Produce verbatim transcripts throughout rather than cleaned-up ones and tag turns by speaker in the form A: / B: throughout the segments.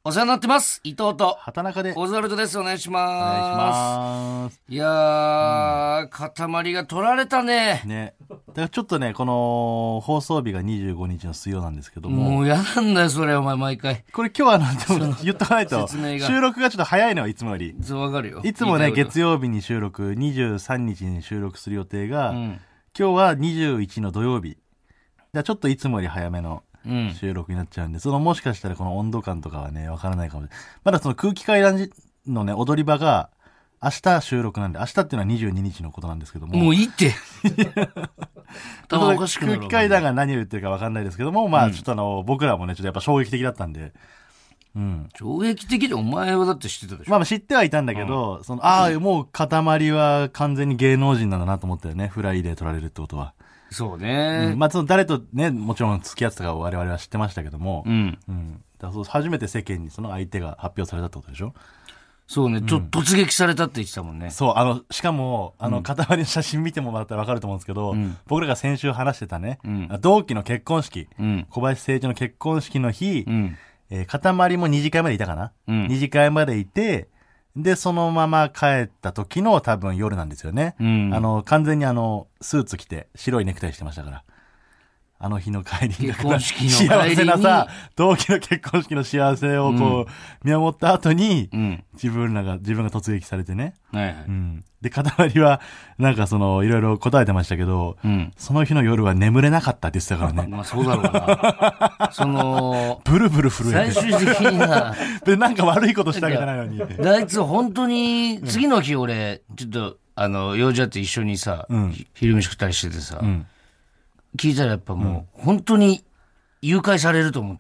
A: お世話になってます。伊藤と
B: 畑中で
A: オズワルドです。お願いします。
B: お願いします。
A: いやー、うん、塊が取られたね。
B: ね。だからちょっとね、この放送日がにじゅうごにちの水曜なんですけども。
A: もう嫌なんだよ、それ、お前、毎回。
B: これ今日はあの、でも言っとかないと、収録がちょっと早いのは、いつもより。
A: そう、わかるよ。
B: いつもね、月曜日に収録、にじゅうさんにちに収録する予定が、うん、今日はにじゅういちの土曜日。じゃあちょっといつもより早めの。うん、収録になっちゃうんで、そのもしかしたらこの温度感とかはね、わからないかもしれない。まだその空気階段のね、踊り場が明日収録なんで、明日っていうのはにじゅうににちのことなんですけども。
A: もういいって。頭おかしくなる。
B: 空気階段が何を言ってるかわかんないですけども、まあちょっとあの、うん、僕らもね、ちょっとやっぱ衝撃的だったんで。
A: うん。衝撃的でお前はだって知ってたでしょ。
B: まあ知ってはいたんだけど、うん、その、ああ、もう塊は完全に芸能人なんだなと思ったよね。フライで撮られるってことは。
A: そうね、
B: うん、まあその誰とね、もちろん付き合ってたか我々は知ってましたけども、うん、うん、だから初めて世間にその相手が発表されたってことでしょ。
A: そうね、うん、ちょっと突撃されたって言ってたもんね。
B: そう、あのしかもあの塊の写真見てもらったら分かると思うんですけど、うん、僕らが先週話してたね、うん、同期の結婚式、うん、小林誠一の結婚式の日、うん、えー、塊も二次会までいたかな、うん、二次会までいて、で、そのまま帰った時の多分夜なんですよね。うん、あの、完全にあの、スーツ着て白いネクタイしてましたから。あの日の帰りに。
A: 結婚式の帰りに。
B: 幸せなさ、同期の結婚式の幸せをこう、うん、見守った後に、うん、自分らが、自分が突撃されてね。はいはい。うん。で、塊は、なんかその、いろいろ答えてましたけど、うん、その日の夜は眠れなかったって言ってたからね。
A: まあそうだろうな。その、
B: ブルブル震え
A: て。最終的にな。
B: で、なんか悪いことしたわけじゃないのに。
A: あいつ本当に、次の日俺、ちょっと、あの、用事あって一緒にさ、うん、昼飯食ったりしててさ、うん、聞いたらやっぱもう、本当に誘拐されると思った。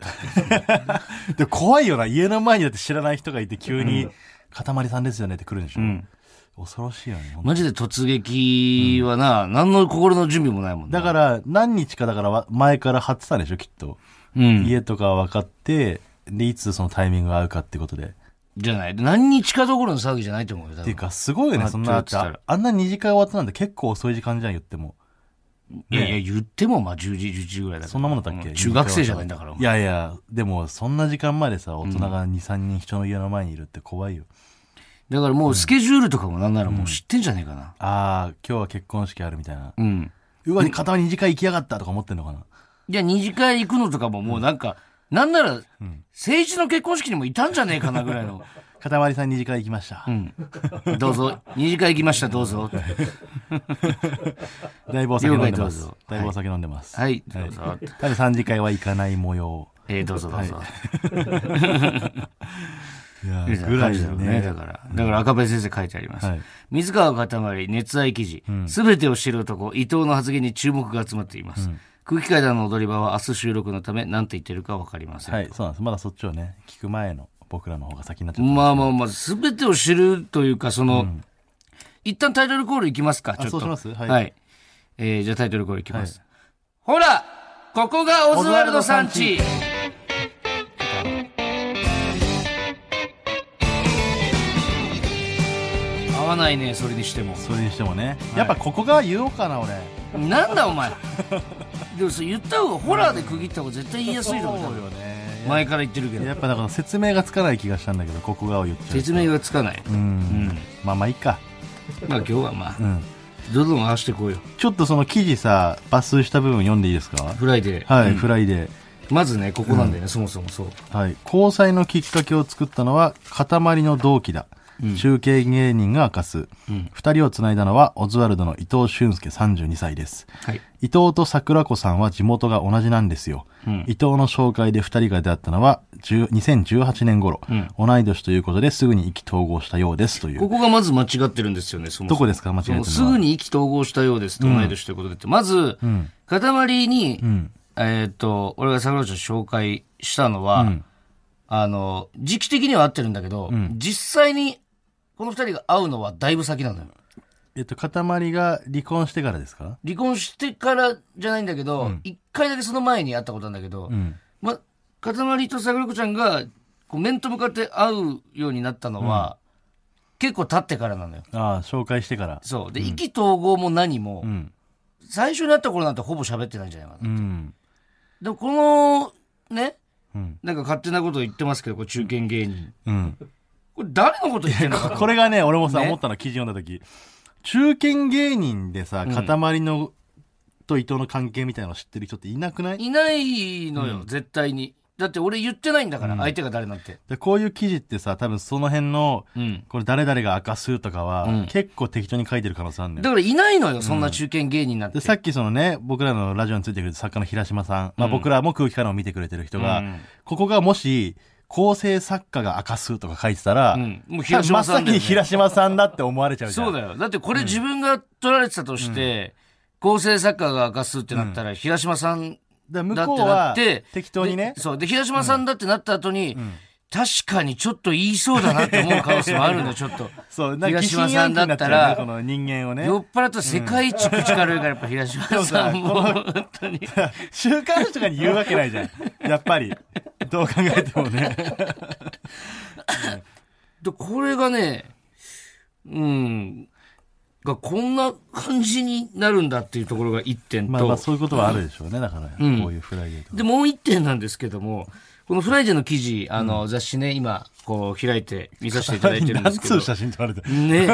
B: で怖いよな。家の前にだって知らない人がいて急に、かたまりさんですよねって来るんでしょ。うん、恐ろしいよね。
A: マジで突撃はな、うん、何の心の準備もないもんね。
B: だから何日かだから前から張ってたんでしょきっと。うん、家とか分かって、で、いつそのタイミングが合うかってことで。
A: じゃない。何日かどころの騒ぎじゃないと思うよ。
B: っていうか、すごいよね、そんなああんな二次会終わったなんて結構遅い時間じゃん、言っても。
A: いやいや、言ってもまあじゅうじ、じゅういちじぐらいだから。
B: そんなもんだったっけ、うん、
A: 中学生じゃないんだから。
B: いやいや、でもそんな時間までさ、大人がに、さんにん人の家の前にいるって怖いよ。
A: だからもうスケジュールとかもなんならもう知ってんじゃねえかな。うん、
B: ああ、今日は結婚式あるみたいな。うん。うわ、片二次会行きやがったとか思ってんのかな。
A: いや、二次会行くのとかももうなんか、うん、なんなら、うん、政治の結婚式にもいたんじゃねえかなぐらいの。
B: かたまりさん二次会行きました。うん。
A: どうぞ。二次会行きました、どうぞ。
B: だいぶお酒飲んでます。だいぶお酒飲んでます。
A: はい、どうぞ。
B: ただ三次会は行かない模様。
A: えー、どうぞどうぞ。
B: いやぐらいだね。
A: だから、だから赤羽先生書いてあります。はい、水川かたまり熱愛記事。すべてを知る男、伊藤の発言に注目が集まっています。うん、空気階段の踊り場は明日収録のため何て言ってるか分かりません。
B: はい、そうなんです。まだそっちをね、聞く前の。僕らの方が先になっちゃった。
A: まあまあまあ、すべてを知るというか、その、うん、一旦タイトルコールいきますか、ちょっと。
B: そうします。はい。
A: はい、えー、じゃあタイトルコールいきます。はい、ほらここがオズワルドさんち合わないね、それにしても。
B: それにしてもね。はい、やっぱここが言おうかな、俺。
A: なんだお前。でもそれ言った方が、ホラーで区切った方が絶対言いやすいと思う。そうよね。前から言ってるけど
B: やっぱだから説明がつかない気がしたんだけどここがを言っちゃう
A: 説明がつかない。うん、うん、
B: まあまあいいか。
A: まあ今日はまあ、うん、どんどん回してこうよ。
B: ちょっとその記事さ抜粋した部分読んでいいですか。
A: フライデ
B: ーはい、うん、フライデー
A: まずねここなんだよね、うん、そもそもそう、
B: はい、交際のきっかけを作ったのは塊の同期だ、うん、中継芸人が明かす、うん、ふたりをつないだのはオズワルドの伊藤俊介さんじゅうにさいです、はい、伊藤と桜子さんは地元が同じなんですよ、うん、伊藤の紹介でふたりが出会ったのはにせんじゅうはちねん頃、うん、同い年ということですぐに意気投合したようですという。
A: ここがまず間違ってるんですよね。そもそも
B: どこですか間違えてるのは。
A: すぐに意気投合したようですと同い年ということでって、うん、まず、うん、塊に、うん、えー、っと俺が桜子ちゃん紹介したのは、うん、あの時期的には合ってるんだけど、うん、実際にこの二人が会うのはだいぶ先なのよ。
B: えっと、塊が離婚してからですか。
A: 離婚してからじゃないんだけど、一、うん、回だけその前に会ったことなんだけど、うん、ま、塊と桜子ちゃんがこう面と向かって会うようになったのは、うん、結構経ってからなのよ。
B: ああ、紹介してから。
A: そう。で、うん、意気投合も何も、うん、最初に会った頃なんてほぼ喋ってないんじゃないかな。うん、でもこの、ね、
B: うん、
A: なんか勝手なこと言ってますけど、これ中堅芸人。
B: うん。
A: これ誰のこと言ってんのか
B: これがね、俺もさ、ね、思ったの、記事読んだ時。中堅芸人でさ、塊の、と伊藤の関係みたいなの知ってる人っていなくない？
A: いないのよ、うん、絶対に。だって俺言ってないんだから、うん、相手が誰なんて。
B: でこういう記事ってさ、多分その辺の、うん、これ誰々が明かすとかは、うん、結構適当に書いてる可能性あるんだよ。
A: だからいないのよ、そんな中堅芸人なんて。
B: でさっきそのね、僕らのラジオについてくれる作家の平島さん、うん、まあ僕らも空気感を見てくれてる人が、うん、ここがもし、構成作家が明かすとか書いてたら、うん、もう平島さんだよね、真っ先に平島さんだって思われちゃうじゃん。
A: そうだよ。だってこれ自分が取られてたとして、うん、構成作家が明かすってなったら、うん、平島さん、
B: だ向こうは適当にね。
A: そう。で、平島さんだってなった後に、うん、確かにちょっと言いそうだなって思う可能性もあるんだよ、ちょっと。
B: そう、なんか平島さんだったら、この人間をね。
A: 酔っ払ったら世界一口軽いから、やっぱ平島さんも、本当に。
B: 週刊誌とかに言うわけないじゃん。やっぱり。どう考えてもね。
A: で、これがね、うん。がこんな感じになるんだっていうところが一点と。
B: まあまあそういうことはあるでしょうね。だから、うん、こういうフライデーとか。
A: で、もう一点なんですけども、このフライデーの記事、あの、うん、雑誌ね、今、こう開いて見させていただいてるんですけど。
B: 何通写真撮られてる
A: ね。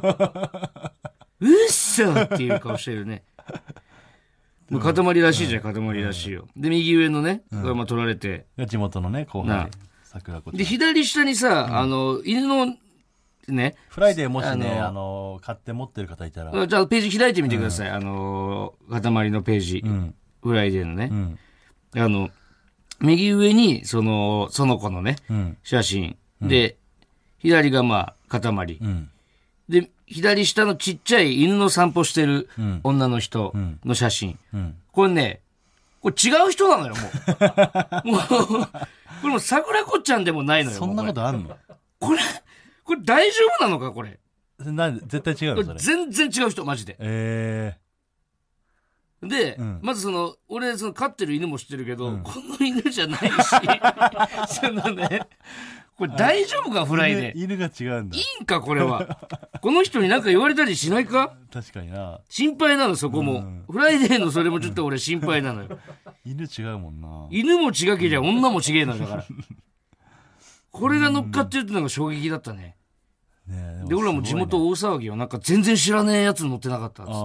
A: うっそっていう顔してるね。もう塊らしいじゃん、塊らしいよ。で、右上のね、これまあ撮られて。
B: 地元のね、後輩。桜子ちゃん。
A: で、左下にさ、あの、犬の、ね。
B: フライデーもしね、あの、あの買って持ってる方いたら。
A: じゃあページ開いてみてください。うん、あの、塊のページ。うん、フライデーのね。うん、あの、右上に、その、その子のね、うん、写真。で、左がまあ、塊。うん、で、左下のちっちゃい犬の散歩してる女の人の写真。うんうん、これね、これ違う人なのよ、もう。もう、これもう桜子ちゃんでもないのよ。
B: そんなことあんの？
A: これ、これ大丈夫なのかこれ。
B: なんで絶対違うのそれ。
A: 全然違う人、マジで。
B: え
A: ー、で、うん、まずその、俺、その飼ってる犬も知ってるけど、うん、この犬じゃないし、そのね、これ大丈夫かフライデー。
B: 犬が違うんだ。
A: いいんかこれは。この人になんか言われたりしないか？
B: 確かにな。
A: 心配なの、そこも。うん、フライデーのそれもちょっと俺心配なのよ。
B: 犬違うもんな。
A: 犬も違けりゃ女も違えのだから。これが乗っかってるってのが衝撃だったね。ねえ、で、俺らも地元大騒ぎよ。なんか全然知らねえやつ乗ってなかったっつって。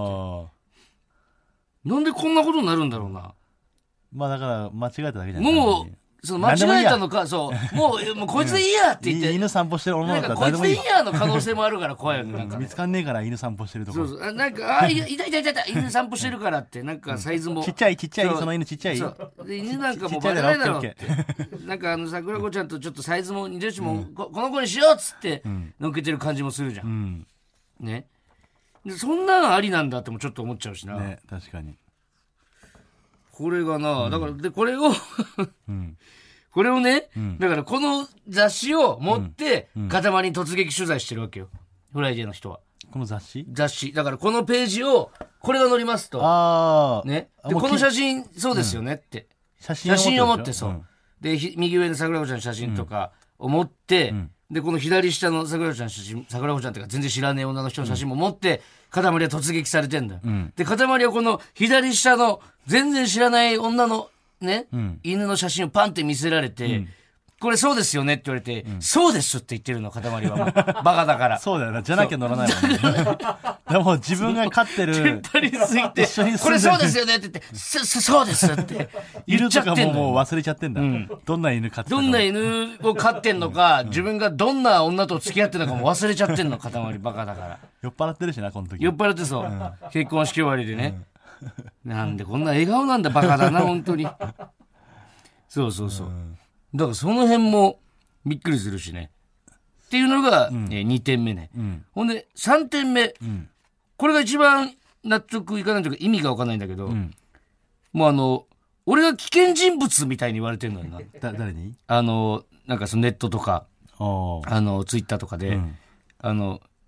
A: なんでこんなことになるんだろうな。
B: まあだから間違えただけじゃない。
A: もう、その間違えたのか、そう、もう、もうこいつでいいやって言って。
B: 犬散歩してる女の子だった
A: ら誰でもいい。こいつでいいやの可能性もあるから怖いよね。なんか
B: 見つかんねえから犬散歩してるとこ。
A: そうそう。なんか、あ、いたいたいたいた、犬散歩してるからって、なんかサイズも。
B: ちっちゃいちっちゃい、その犬ちっちゃい。
A: そう。で、犬なんかもうバカないだろって。なんかあの、桜子ちゃんとちょっとサイズも似てるしも、この子にしようっつって、乗っけてる感じもするじゃん。ね。で、そんなのありなんだってもちょっと思っちゃうしな。
B: ね、確かに。
A: これがな、だから、で、これを、これをね、うん、だからこの雑誌を持って、塊に突撃取材してるわけよ。フライデーの人は。
B: この雑誌
A: 雑誌。だからこのページを、これが載りますと。
B: ああ。
A: ね。で、この写真、そうですよねって。
B: うん、写真を持って。写
A: 真を持ってそう。うん、で、右上の桜子ちゃんの写真とかを持って、うん、で、この左下の桜子ちゃんの写真、桜子ちゃんっていうか全然知らねえ女の人の写真も持って、塊は突撃されてんだよ。うん、で、塊はこの左下の全然知らない女のね、うん、犬の写真をパンって見せられて、うん、これそうですよねって言われて、うん、そうですって言ってるの、塊はもう。バカだから。
B: そうだよな。じゃなきゃ乗らないもんね。でも自分が飼ってる。
A: テンパりすぎて、これそうですよねって言って、そ、そ、そうですって言っちゃってんの。
B: 犬とかももう忘れちゃってんだ。うん、どんな犬飼ってる
A: の？どんな犬を飼ってんのか、うん、自分がどんな女と付き合ってるのかも忘れちゃってんの、塊バカだから。
B: 酔っ払ってるしな、この時。
A: 酔っ払ってそう。うん、結婚式終わりでね。うん、なんでこんな笑顔なんだ、バカだな、本当に。そうそうそう。うん、だからその辺もびっくりするしね。っていうのが、うん、えー、にてんめね。うん、ほんで、さんてんめ、うん。これが一番納得いかないというか意味がわかんないんだけど、うん、もうあの、俺が危険人物みたいに言われてるのよな。
B: だ、誰に？
A: あの、なんかそのネットとか、あの、ツイッターとかで、うん、あの、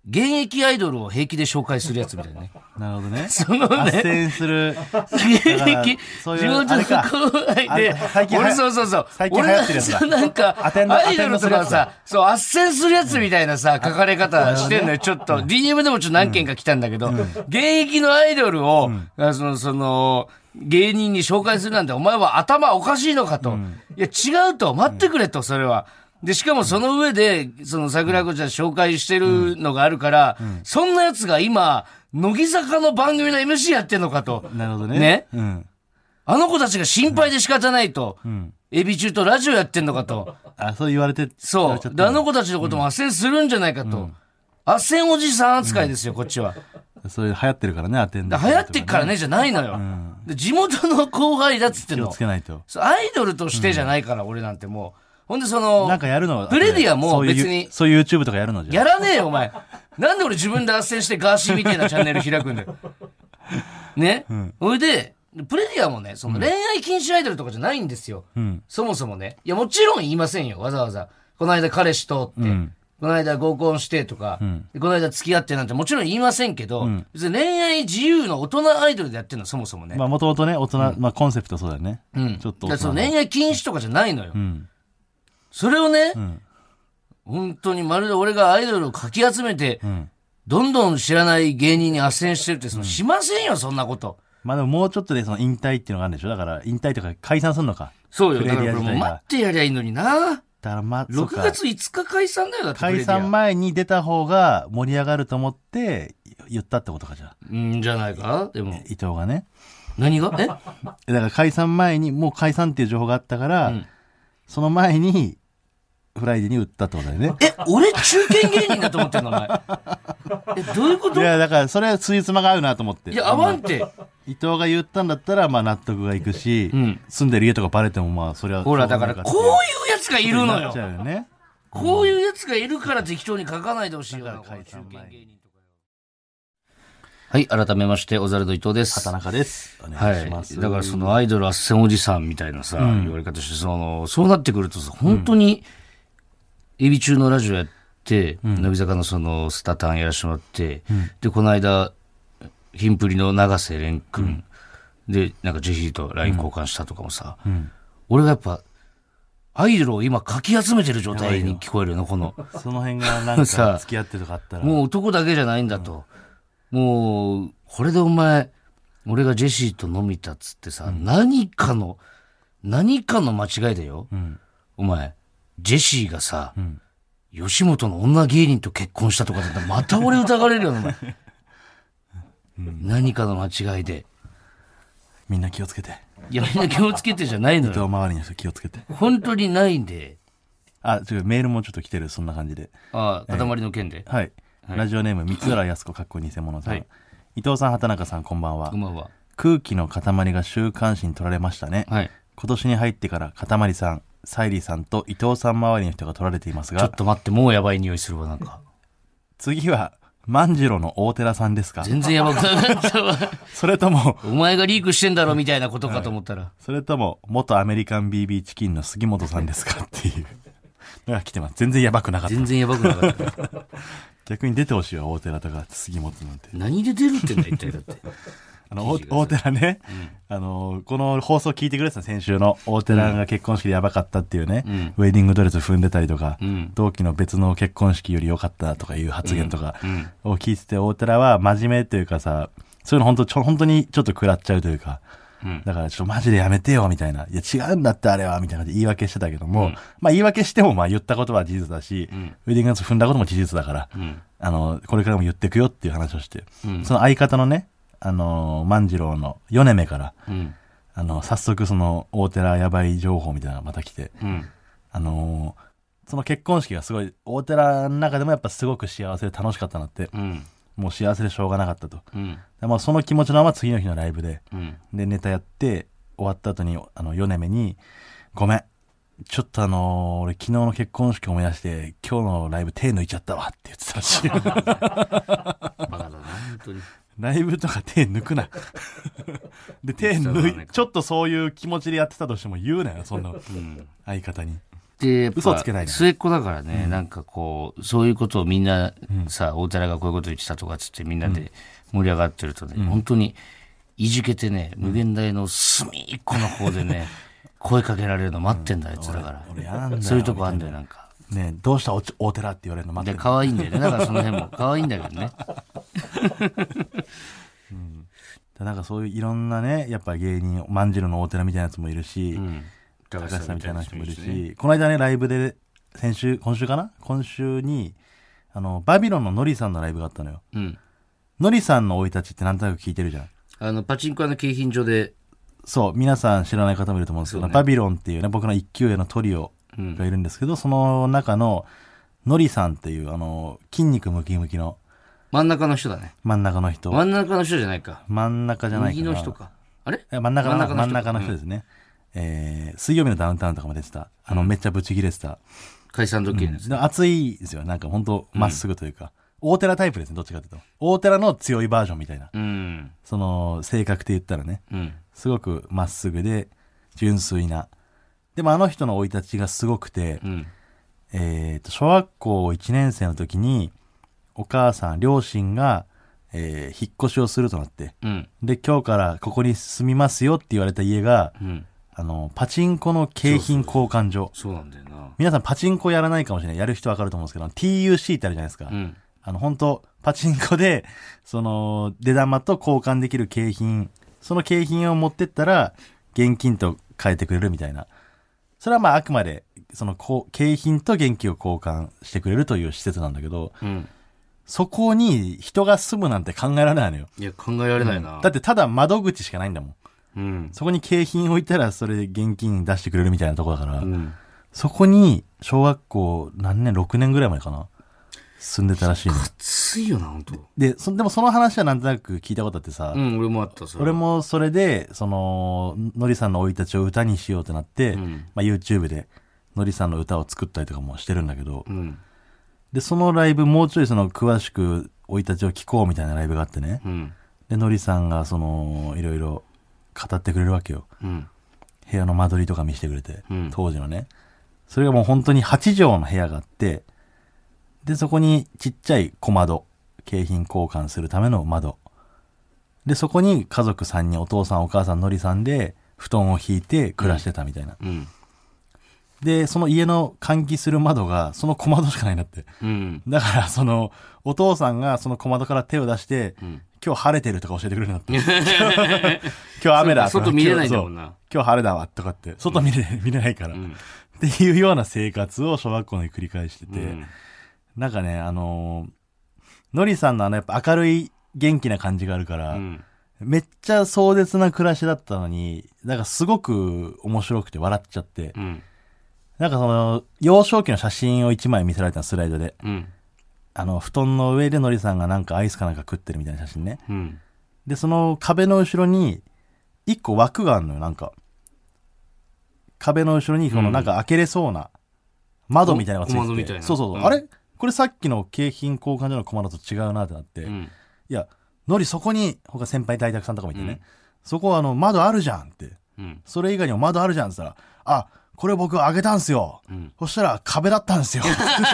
A: 現役アイドルを平気で紹介するやつみたいなね。
B: なるほどね。
A: そのね、
B: 斡旋する。
A: 現役、
B: そういう
A: 地元の後輩で、俺そうそうそう。
B: 最近流行ってるやつだ。
A: 俺なんか、アイドルとかさ、そう、斡旋するやつみたいなさ、書かれ方してんのよ。ちょっと、ディーエム でもちょっと何件か来たんだけど、現役のアイドルを、その、その、芸人に紹介するなんて、お前は頭おかしいのかと。いや、違うと。待ってくれと、それは。で、しかもその上で、その桜子ちゃん紹介してるのがあるから、うんうん、そんな奴が今、乃木坂の番組の エムシー やってんのかと。
B: なるほどね。
A: ね。うん、あの子たちが心配で仕方ないと。うん、エビ中とラジオやってんのかと。
B: あ、そう言われて。
A: そう。で、あの子たちのことも斡旋するんじゃないかと。うん、斡旋おじさん扱いですよ、こっちは。
B: そういう流行ってるからね、アテンダー、
A: ね。流行ってっからね、じゃないのよ。うん、で地元の後輩だっつってんの。
B: 気をつけないと。
A: アイドルとしてじゃないから、うん、俺なんてもう。ほんでその、
B: なんかやるの
A: プレディアも別に。
B: そういう YouTube とかやるのじゃ。
A: やらねえよ、お前。なんで俺自分で斡旋してガーシーみたいなチャンネル開くんだよ。ね。うん、それで、プレディアもね、その恋愛禁止アイドルとかじゃないんですよ。うん、そもそもね。いや、もちろん言いませんよ、わざわざ。この間彼氏とって。うん、この間合コンしてとか、うん、この間付き合ってなんてもちろん言いませんけど、うん、別に恋愛自由の大人アイドルでやってるのそもそもね。
B: まあもともとね、大人、うん、まあコンセプトそうだよね。
A: うん。ちょっと大人。その恋愛禁止とかじゃないのよ。うん、それをね、うん、本当にまるで俺がアイドルをかき集めて、うん、どんどん知らない芸人に斡旋してるって、そのしませんよ、そんなこと。
B: まあでももうちょっとでその引退っていうのがあるんでしょ。だから引退とか解散するのか。
A: そうよ。だからこれもう待ってやりゃいいのにな。
B: だからまあ、
A: ろくがついつか解散だよ、だって。
B: 解散前に出た方が盛り上がると思って言ったってことか、じゃあ。
A: うんじゃないかでも。
B: 伊藤がね。
A: 何がえ
B: だから解散前にもう解散っていう情報があったから、うん、その前にフライデーに売ったってことだよね。
A: え、俺中堅芸人だと思ってんのお前。え、どういうこと？
B: いや、だからそれはついつまが合うなと思って。
A: いや、合わんて。
B: 伊藤が言ったんだったら、まあ納得がいくし、うん、住んでる家とかバレてもまあそれは。
A: ほら、だからこういうやつがいるのよ。
B: よね、
A: こういうやつがいるから適当に書かないでほしいよな、中堅芸人とか。はい、改めまして、オザルド伊藤です。
B: 畑中です。お願いします。
A: はい、だからそのアイドル斡旋おじさんみたいなさ、うん、言われ方して、その、そうなってくるとさ、本当に、エビ中のラジオやって、うん、乃木坂のそのスタタンやらせてもらって、うん、で、この間、ヒンプリの永瀬廉君、うん、で、なんかジェヒーと ライン 交換したとかもさ、うん、俺がやっぱ、アイドルを今かき集めてる状態に聞こえるの、この。
B: その辺がなんか付き合ってるとかあったら。
A: もう男だけじゃないんだと。うん、もう、これでお前、俺がジェシーと飲みたっつってさ、うん、何かの、何かの間違いだよ。うん、お前、ジェシーがさ、うん、吉本の女芸人と結婚したとかだったらまた俺疑われるよ、お前。うん、何かの間違いで。
B: みんな気をつけて。
A: いや、みんな気をつけてじゃないのよ。
B: 伊藤周りの人気をつけて。
A: 本当にないんで。
B: あ、違う、メールもちょっと来てる、そんな感じで。
A: ああ、塊の件で。
B: えー、はい。はい、ラジオネーム、三浦靖子、かっこ偽物さん。はい、伊藤さん、畑中さん、こんばんは。
A: こんばんは。
B: 空気の塊が週刊誌に取られましたね。はい。今年に入ってから、かたまりさん、沙莉さんと伊藤さん周りの人が取られていますが。
A: ちょっと待って、もうやばい匂いするわ、なんか。
B: 次は、万次郎の大寺さんですか？
A: 全然やばくなかったわ。
B: それとも、
A: お前がリークしてんだろみたいなことかと思ったら。はい、
B: それとも、元アメリカン ビービー チキンの杉本さんですかっていうのが来てます。全然やばくなかった。
A: 全然やばくなかった。
B: 逆に出てほしいわ、大寺とか杉本なんて。
A: 何で出るってんだ、一体だって。
B: あの、大寺ね、うん、あの、この放送聞いてくれてた先週の大寺が結婚式でやばかったっていうね、うん、ウェディングドレス踏んでたりとか、うん、同期の別の結婚式より良かったとかいう発言とかを聞いてて、大寺は真面目というかさ、そういうの本当ちょ、本当にちょっと食らっちゃうというか、うん、だからちょっとマジでやめてよみたいな、いや違うんだってあれはみたいな感じで言い訳してたけども、うん、まあ言い訳してもまあ言ったことは事実だし、うん、ウェディングドレス踏んだことも事実だから、うん、あの、これからも言っていくよっていう話をして、うん、その相方のね、あの、万次郎のよねめから、うん、あの、早速その、大寺やばい情報みたいなのがまた来て、うん、あの、その結婚式がすごい、大寺の中でもやっぱすごく幸せで楽しかったなって、うん、もう幸せでしょうがなかったと。うん、でまあ、その気持ちのまま次の日のライブで、うん、で、ネタやって、終わった後に、あの、よねめに、ごめん、ちょっとあのー、俺昨日の結婚式思い出して、今日のライブ手抜いちゃったわって言ってたし。バカだな、本当に。ライブとか手抜くな。で、手抜い、ちょっとそういう気持ちでやってたとしても言うなよ、そんな、うん、相方に。
A: で、やっぱ
B: 嘘つけないね
A: 末っ子だからね、うん、なんかこう、そういうことをみんなさ、うん、大寺がこういうこと言ってたとかつってみんなで盛り上がってるとね、うん、本当にいじけてね、無限大の隅っこの方でね、声かけられるの待ってんだ、あいつだから。
B: 俺嫌なんだよ。
A: そういうとこあんだよ、なんか。
B: ねどうした大寺って言われるの待ってんだ。
A: で、可愛いんだよね。だからその辺も可愛いんだけどね。
B: うん、なんかそういういろんなね、やっぱ芸人、万次郎の大寺みたいなやつもいるし、うん高橋さんみたいな人もいるし、ね、この間ね、ライブで、先週、今週かな今週に、あの、バビロンのノリさんのライブがあったのよ。うん。ノリさんの生い立ちってなんとなく聞いてるじゃん。
A: あの、パチンコ屋の景品所で。
B: そう、皆さん知らない方もいると思うんですけど、ね、バビロンっていうね、僕の一級上のトリオがいるんですけど、うん、その中の、ノリさんっていう、あの、筋肉ムキムキの。
A: 真ん中の人だね。
B: 真ん中の人。
A: 真ん中の人じゃないか。
B: 真ん中じゃないかな。
A: 右の人か。あれ
B: 真ん中の人。真ん中の人ですね。うんえー、水曜日のダウンタウンとかも出てた。あの、うん、めっちゃブチ切れてた。
A: 解散ドッキリですね。
B: うん、熱いですよ。なんか本当まっすぐというか、うん。大寺タイプですね、どっちかというと。大寺の強いバージョンみたいな。うん、その、性格って言ったらね。うん、すごくまっすぐで、純粋な。でもあの人の生い立ちがすごくて、うん、えっと、小学校いちねん生の時に、お母さん、両親が、えー、引っ越しをするとなって、うん、で、今日からここに住みますよって言われた家が、うんあの、パチンコの景品交換所。
A: そうなんだよな。
B: 皆さんパチンコやらないかもしれない。やる人わかると思うんですけど、ティーユーシー ってあるじゃないですか。うん、あの、本当パチンコで、その、出玉と交換できる景品、その景品を持ってったら、現金と変えてくれるみたいな。それはまあ、あくまで、その、景品と現金を交換してくれるという施設なんだけど、うん、そこに人が住むなんて考えられないのよ。
A: いや、考えられないな。
B: うん、だってただ窓口しかないんだもん。うん、そこに景品置いたらそれで現金出してくれるみたいなとこだから、うん、そこに小学校何年ろくねんぐらい前かな住んでたらしいの。
A: 熱いよな本当。
B: でそでもその話はなんとなく聞いたことあってさ、
A: うん、俺もあった
B: それ俺もそれでそののりさんの生い立ちを歌にしようってなって、うんまあ、YouTube でのりさんの歌を作ったりとかもしてるんだけど、うん、でそのライブもうちょいその詳しく生い立ちを聞こうみたいなライブがあってね、うん、でのりさんがそのいろいろ語ってくれるわけよ、うん、部屋の間取りとか見せてくれて、うん、当時のねそれがもう本当にはち畳の部屋があって、でそこにちっちゃい小窓、景品交換するための窓で、そこに家族さんにん、お父さんお母さんのりさんで布団を引いて暮らしてたみたいな、うんうん、でその家の換気する窓がその小窓しかないんだって、うん、だからそのお父さんがその小窓から手を出して、うん今日晴れてるとか教えてくれるんだって今日雨だとか
A: 外見れないんだもんな、
B: 今日晴れだわとかって外見れ、うん、見れないから、うん、っていうような生活を小学校で繰り返してて、うん、なんかねあのー、のりさんのあのやっぱ明るい元気な感じがあるから、うん、めっちゃ壮絶な暮らしだったのになんかすごく面白くて笑っちゃって、うん、なんかその幼少期の写真をいちまい見せられたのスライドで、うんあの、布団の上でのりさんがなんかアイスかなんか食ってるみたいな写真ね。うん、で、その壁の後ろに、一個枠があるのよ、なんか。壁の後ろに、そのなんか開けれそうな窓みたいなのがついてて。
A: 小窓みたいな。
B: そうそうそう。うん、あれこれさっきの景品交換所の小窓と違うなってなって。うん、いや、のりそこに、他先輩大沢さんとかもいてね。うん、そこはあの、窓あるじゃんって。うん、それ以外にも窓あるじゃんって言ったら、あ、これ僕開けたんすよ、うん、そしたら壁だったんですよ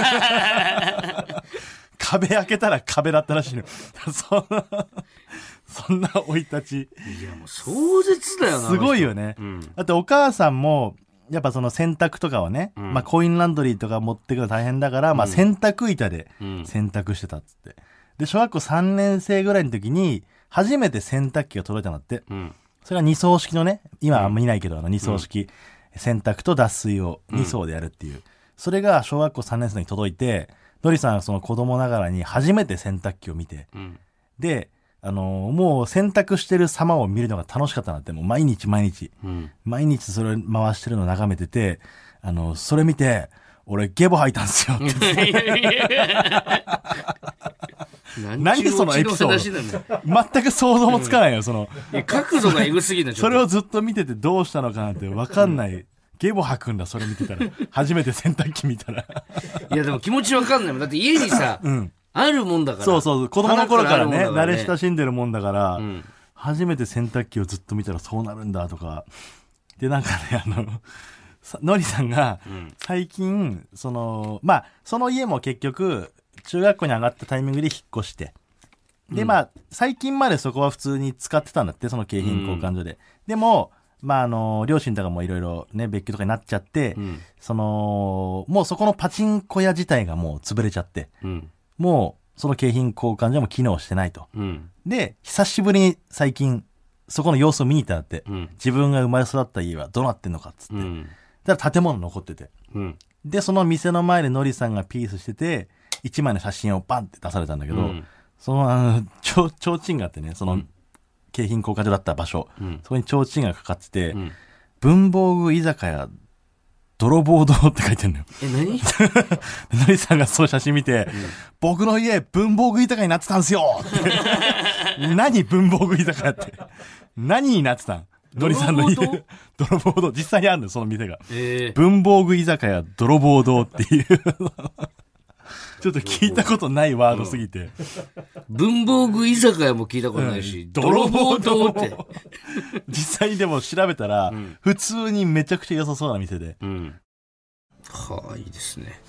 B: 壁開けたら壁だったらしいのそんなそんな生い立ち
A: いやもう壮絶だよな
B: すごいよね、うん、だってお母さんもやっぱその洗濯とかをね、うんまあ、コインランドリーとか持ってくの大変だから、うんまあ、洗濯板で洗濯してたっつってで小学校さんねん生ぐらいの時に初めて洗濯機が届いたんだって、うん、それがに層式のね今はあんまいないけど、うん、あのに層式、うん洗濯と脱水をに層でやるっていう、うん、それが小学校さんねん生に届いてのりさんはその子供ながらに初めて洗濯機を見て、うん、で、あのー、もう洗濯してる様を見るのが楽しかったなってもう毎日毎日、うん、毎日それ回してるのを眺めててあのー、それ見て俺ゲボ吐いたんすよって何そのエピソード全く想像もつかないよ、うん、その
A: いや角度がエグすぎる
B: それをずっと見ててどうしたのかなって分かんない、うん、ゲボ吐くんだそれ見てたら初めて洗濯機見たら
A: いやでも気持ち分かんないもんだって家にさ、うん、あるもんだから
B: そうそう子供の頃からね慣れ親しんでるもんだから、うん、初めて洗濯機をずっと見たらそうなるんだとかでなんかねあののりさんが最近、その、まあ、その家も結局、中学校に上がったタイミングで引っ越して、で、まあ、最近までそこは普通に使ってたんだって、その景品交換所で。うん、でも、まあ、あの、両親とかもいろいろね、別居とかになっちゃって、うん、その、もうそこのパチンコ屋自体がもう潰れちゃって、うん、もう、その景品交換所も機能してないと。うん、で、久しぶりに最近、そこの様子を見に行ったんだって、うん、自分が生まれ育った家はどうなってんのかっつって。うん、だから建物残ってて、うん。で、その店の前でのりさんがピースしてて、一枚の写真をバンって出されたんだけど、うんその、あの、ちょ、ちょうちんがあってね、その、景品交換所だった場所、うん、そこにちょうちんがかかってて、うん、文房具居酒屋、泥棒堂って書いてるのよ。
A: え、何
B: のりさんがその写真見て、うん、僕の家、文房具居酒屋になってたんすよって何文房具居酒屋って。何になってたんのりさんの家。泥棒堂実際にあるのよ、その店が。えー、文房具居酒屋、泥棒堂っていう。ちょっと聞いたことないワードすぎて。
A: 文房具居酒屋も聞いたことないし、うん、泥棒堂って。
B: 実際にでも調べたら、うん、普通にめちゃくちゃ良さそうな店で。うん、
A: はあ、いいですね。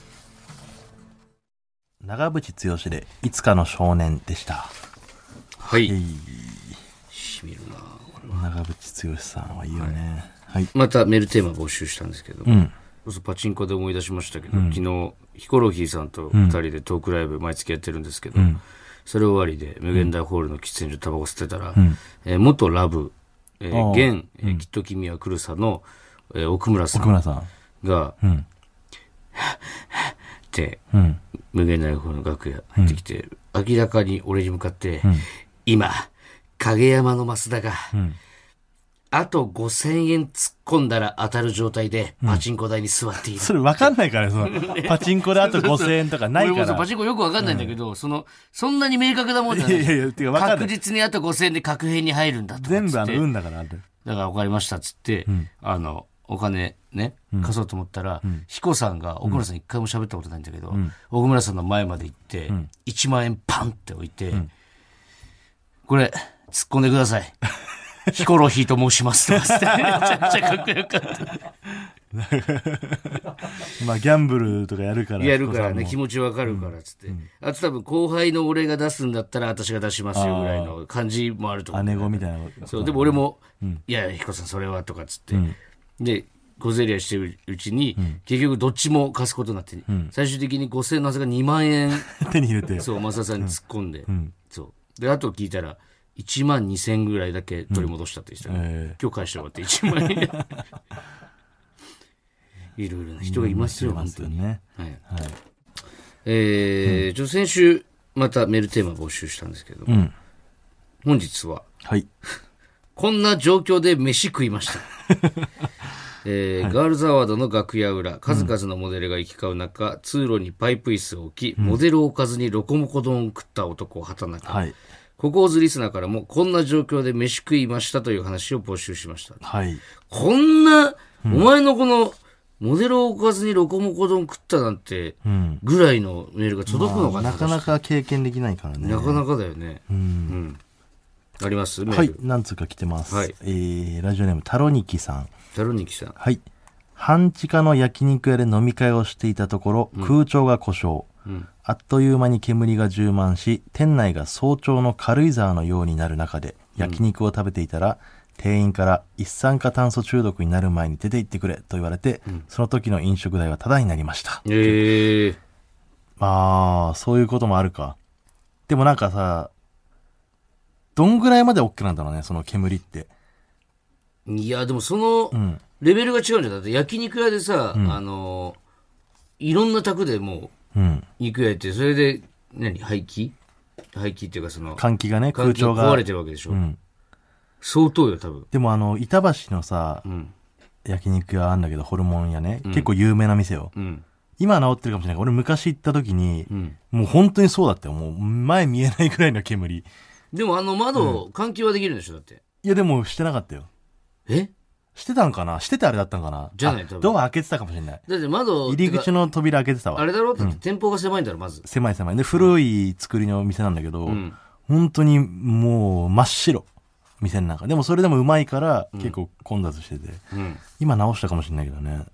B: 長渕剛で、いつかの少年でした。
A: はい。しみるなこれは。
B: 長渕剛さんはいいよね。はい。
A: またメールテーマ募集したんですけど。うんパチンコで思い出しましたけど、うん、昨日ヒコロヒーさんと二人でトークライブ毎月やってるんですけど、うん、それ終わりで無限大ホールの喫煙所でタバコ吸ってたら、うんえー、元ラブ、えー、現、えー、きっと君は来るさの、えー、奥村さんが、うん、って、うん、無限大ホールの楽屋入ってきて、うん、明らかに俺に向かって、うん、今影山の増田が、うんあとごせんえん突っ込んだら当たる状態でパチンコ台に座っている。
B: うん、それ分かんないからね、その、パチンコであとごせんえんとかないから。俺も
A: パチンコよく分かんないんだけど、うん、その、そんなに明確なもんじゃない。いやいやいや、てか分かんない。確実にあとごせんえんで確変に入るんだとか
B: 全部あの、運だからある。
A: だから分かりましたっつって、うん、あの、お金ね、貸そうと思ったら、うん、彦さんが、奥村さん一回も喋ったことないんだけど、うん、奥村さんの前まで行って、うん、いちまんえんパンって置いて、うん、これ、突っ込んでください。ヒコロヒーと申しますとかってめちゃくちゃかっこよかった
B: まあギャンブルとかやるから
A: やるからね気持ちわかるからっつって、うんうん、あと多分後輩の俺が出すんだったら私が出しますよぐらいの感じもあると思う、
B: 姉子みたいな
A: そうでも俺も、うん、いやヒコさんそれはとかっつって、うん、で小競り合いしてるうちに、うん、結局どっちも貸すことになって、うん、最終的にごせんえんのはずがにまんえん
B: 手に入れて
A: そう増田さんに突っ込んで、うん、そうであと聞いたらいちまんにせんぐらいだけ取り戻したって言ってた、ねうんえー、今日返してもらっていちまんえんいろいろな人がいますよ、うん、本当に、ねはいはいえーうん、先週またメールテーマ募集したんですけど、うん、本日は、はい、こんな状況で飯食いましたえーはい、ガールズアワードの楽屋裏数々のモデルが行き交う中、うん、通路にパイプ椅子を置き、うん、モデルを置かずにロコモコ丼を食った男をはたなか、はいココーズリスナーからもこんな状況で飯食いましたという話を募集しました。はい。こんな、うん、お前のこのモデルを置かずにロコモコ丼食ったなんてぐらいのメールが届くのかな、
B: まあ、なかなか経験できないからね。
A: なかなかだよね。うん。うん、あります
B: メール。はい。何通か来てます。はい。えー、ラジオネームタロニキさん。
A: タロニキさん。
B: はい。半地下の焼肉屋で飲み会をしていたところ、うん、空調が故障。うん、あっという間に煙が充満し店内が早朝の軽井沢のようになる中で焼肉を食べていたら、うん、店員から一酸化炭素中毒になる前に出て行ってくれと言われて、うん、その時の飲食代はタダになりました。えー、まあそういうこともあるか。でもなんかさどんぐらいまで OK なんだろうねその煙って。
A: いやでもそのレベルが違うんじゃん。だって焼肉屋でさ、うん、あのいろんな宅でもううん、肉焼いてそれで何排気排気っていうかその
B: 換気がね空調が
A: 壊れてるわけでしょ、うん、相当よ多分。
B: でもあの板橋のさ、うん、焼肉屋あんだけどホルモン屋ね、うん、結構有名な店よ、うん、今は治ってるかもしれないけど俺昔行った時に、うん、もう本当にそうだったよ。もう前見えないくらいの煙。
A: でもあの窓、うん、換気はできるんでしょだって。
B: いやでもしてなかったよ。
A: え
B: してたんかなしててあれだったんかな
A: じゃない多分。
B: ドア開けてたかもしれない。
A: だって窓
B: 入り口の扉開けてたわ。
A: あれだろだって店舗が狭いんだろまず。
B: 狭い狭い。で古い作りの店なんだけど、うん、本当にもう真っ白。店の中。でもそれでもうまいから結構混雑してて、うん、今直したかもしれないけどね。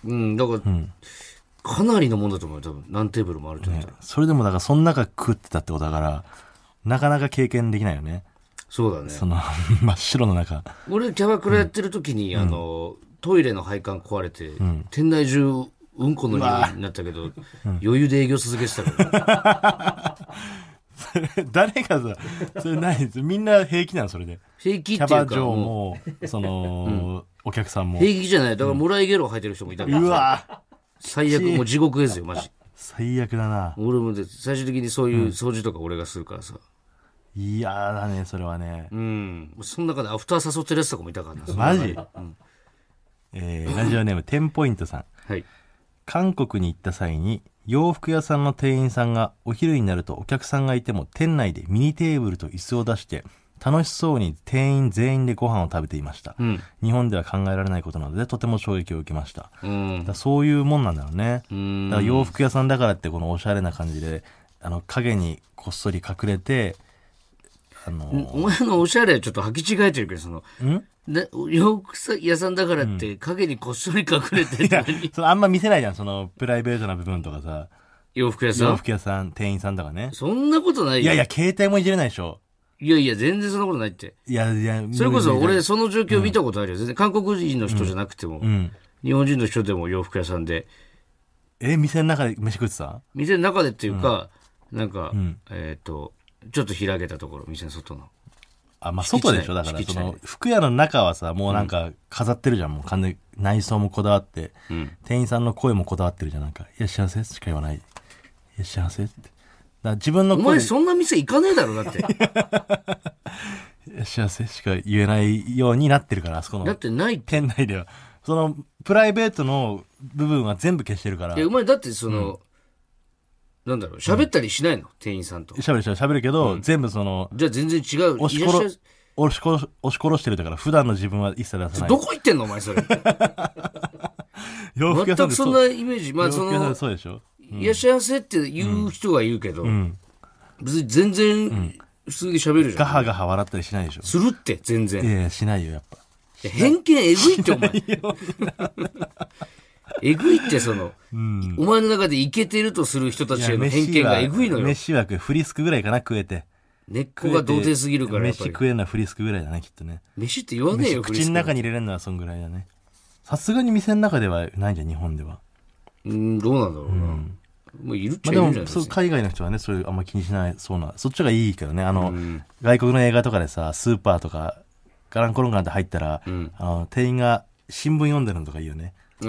A: うん、だから、うん、かなりのもんだと思うよ、多分。何テーブルもあるって言ったら、
B: ね。それでもだから、その中食ってたってことだから、なかなか経験できないよね。
A: そうだね。
B: その、真っ白の中。
A: 俺、キャバクラやってる時に、うん、あの、トイレの配管壊れて、うん、店内中、うんこの匂いになったけど、うん、余裕で営業続けてたから。
B: それ誰がさ、それないですみんな平気なのそれで。
A: 平気っていうか。キ
B: ャバ嬢も、その、うん、お客さんも。
A: 平気じゃない。だから、もらいゲロ吐いてる人もいたから。
B: うわ
A: 最悪、もう地獄ですよ、マジ。
B: 最悪だな。
A: 俺もで、最終的にそういう掃除とか俺がするからさ。
B: うん、いやだね、それはね。
A: うん。その中でアフター誘ってるやつとかもいたからな。
B: マジ、うん、えー、ラジオネーム、テンポイントさん。
A: はい。
B: 韓国に行った際に、洋服屋さんの店員さんがお昼になるとお客さんがいても店内でミニテーブルと椅子を出して楽しそうに店員全員でご飯を食べていました、うん、日本では考えられないことなのでとても衝撃を受けました、うん、だそういうもんなんだろうね。うん、だから洋服屋さんだからってこのおしゃれな感じであの影にこっそり隠れて、
A: あのー、お前のおしゃれはちょっと履き違えてるけどそのんで洋服屋さんだからって影にこっそり隠れてる、
B: うん、そのあんま見せないじゃんそのプライベートな部分とかさ。
A: 洋服屋さん
B: 洋服屋さん店員さんとかね。
A: そんなことないよ。
B: いやいや携帯もいじれないでしょ。
A: いやいや全然そんなことないって。
B: いやいや
A: それこそ俺その状況見たことあるよ、うん、全然韓国人の人じゃなくても、うん、日本人の人でも洋服屋さんで
B: え店の中で飯食ってた？
A: 店の中でっていうか、うん、なんか、うん、えっ、ー、とちょっと開けたところ店の外の
B: あ、まあ、外でしょだからその服屋の中はさもうなんか飾ってるじゃん、うん、もう完全に内装もこだわって、うん、店員さんの声もこだわってるじゃんなんかいらっしゃいませしか言わないいらっしゃいませってだから自分の声
A: お前そんな店行かねえだろだってい
B: らっしゃいませしか言えないようになってるからあそこの
A: だってない
B: 店内ではそのプライベートの部分は全部消してるから
A: いやお前だってその、うんなんだろう喋ったりしないの、うん、店員さんと
B: 喋る喋るけど、うん、全部その
A: じゃあ全然違う
B: 押し殺押し殺押し殺してるだから普段の自分は一切出さない。
A: どこ行ってんのお前それ
B: 洋服屋さんで
A: 全くそんなイメージまあその
B: そうでしょ、
A: うん、いらっしゃいませって言う人が言うけど、うん、別に全然普通に喋るじゃん、
B: ガハガハ笑ったりしないでしょ。
A: するって全然
B: いやいやしないよやっぱ
A: 偏見えぐいってお前えぐいってその、うん、お前の中でイケてるとする人たちへの偏見がえぐいのよ。
B: 飯は食えフリスクぐらいかな食えて
A: 根っこが童貞すぎるからやっぱり
B: 飯食えるのはフリスクぐらいだねきっとね。
A: 飯って言わねえよ
B: 口の中に入れれるのはそんぐらいだね。さすがに店の中ではないじゃん日本では。
A: うんどうなんだろうな、うん、もういるっちゃいるじゃないですか、まあ、でも
B: 海外の人はねそういうあんま気にしないそうなそっちがいいけどねあの、うん、外国の映画とかでさスーパーとかガランコロンガンって入ったら、うん、あの店員が新聞読んでるのとかいいよね。
A: あ、うん、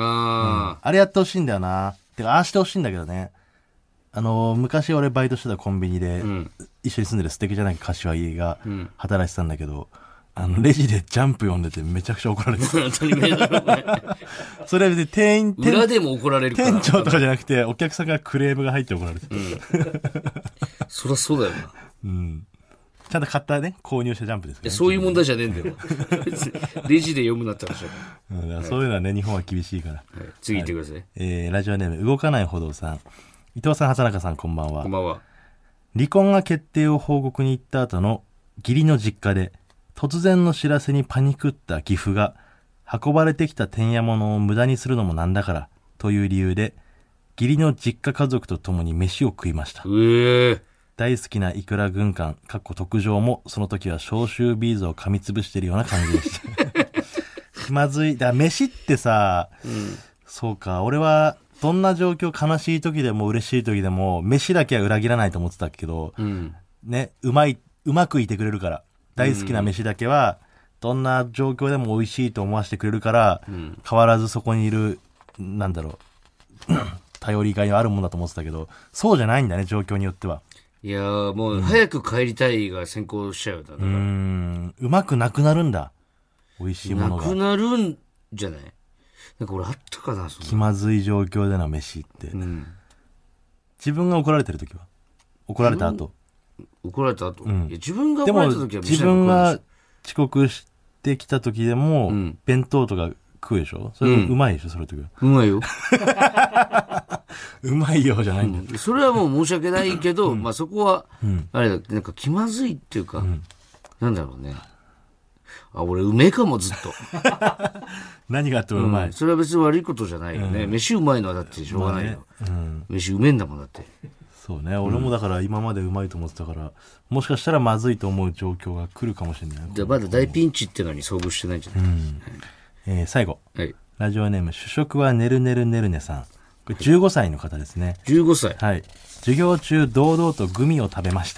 B: あれやってほしいんだよな。てかああしてほしいんだけどね。あの昔俺バイトしてたコンビニで、うん、一緒に住んでる素敵じゃない柏木が働いてたんだけど、うん、あのレジでジャンプ読んでてめちゃくちゃ怒られてた当たり前だろお前それで店員
A: 裏でも怒られるから
B: 店長とかじゃなくてお客さんがクレームが入って怒られてた、うん、
A: そりゃそうだよな、
B: うん、ちゃんと買ったね購入したジャンプですから、
A: ね、そういう問題じゃねえんだよレジで読むなったらしょ、
B: うん、そういうのはね日本は厳しいから、はい、
A: 次行ってください、
B: はい、えー、ラジオネーム動かない歩道さん。伊藤さん、畑中さん、こんばんは。
A: こんばんは。
B: 離婚が決定を報告に行った後の義理の実家で、突然の知らせにパニクった義父が、運ばれてきた天や物を無駄にするのもなんだから、という理由で、義理の実家家族と共に飯を食いました。
A: うー
B: 大好きなイクラ軍艦、かっこ特上も、その時は消臭ビーズを噛みつぶしているような感じでした。気まずい。だから飯ってさ、うん、そうか、俺は、どんな状況悲しい時でも嬉しい時でも飯だけは裏切らないと思ってたけど、うん、ねうまいうまくいてくれるから大好きな飯だけはどんな状況でも美味しいと思わせてくれるから、うん、変わらずそこにいるなんだろう頼りがいのあるものだと思ってたけどそうじゃないんだね状況によっては。
A: いやーもう早く帰りたいが先行しちゃうだから、
B: うん、うまくなくなるんだ美味しいものが
A: なくなるんじゃない。なんか俺あったかなそ
B: 気まずい状況での飯って、うん、自分が怒られてる時は怒られた後
A: 怒られた後、うん、いや自分が怒られた時は
B: 自分が遅刻してきた時でも、うん、弁当とか食うでしょそれうまいでしょ、うん、その時は
A: うまいよ
B: うまいよじゃないんだよ、
A: うん、それはもう申し訳ないけど、うん、まあそこは、うん、あれだなんか気まずいっていうか、うん、なんだろうねあ、俺うめえかもずっと。
B: 何があってもうまい、
A: うん、それは別に悪いことじゃないよね。うん、飯うまいのはだってしょうがないよ。まあね、うん、飯うめえんだもんだって。
B: そうね、俺もだから今までうまいと思ってたから、もしかしたらまずいと思う状況が来るかもしれない。
A: じゃあまだ大ピンチってのに遭遇してないんじゃない、うん、
B: えー、最後、
A: はい、
B: ラジオネーム主食はねるねるねるねさん。これじゅうごさいの方ですね。
A: じゅうごさい。
B: はい。授業中堂々とグミを食べました。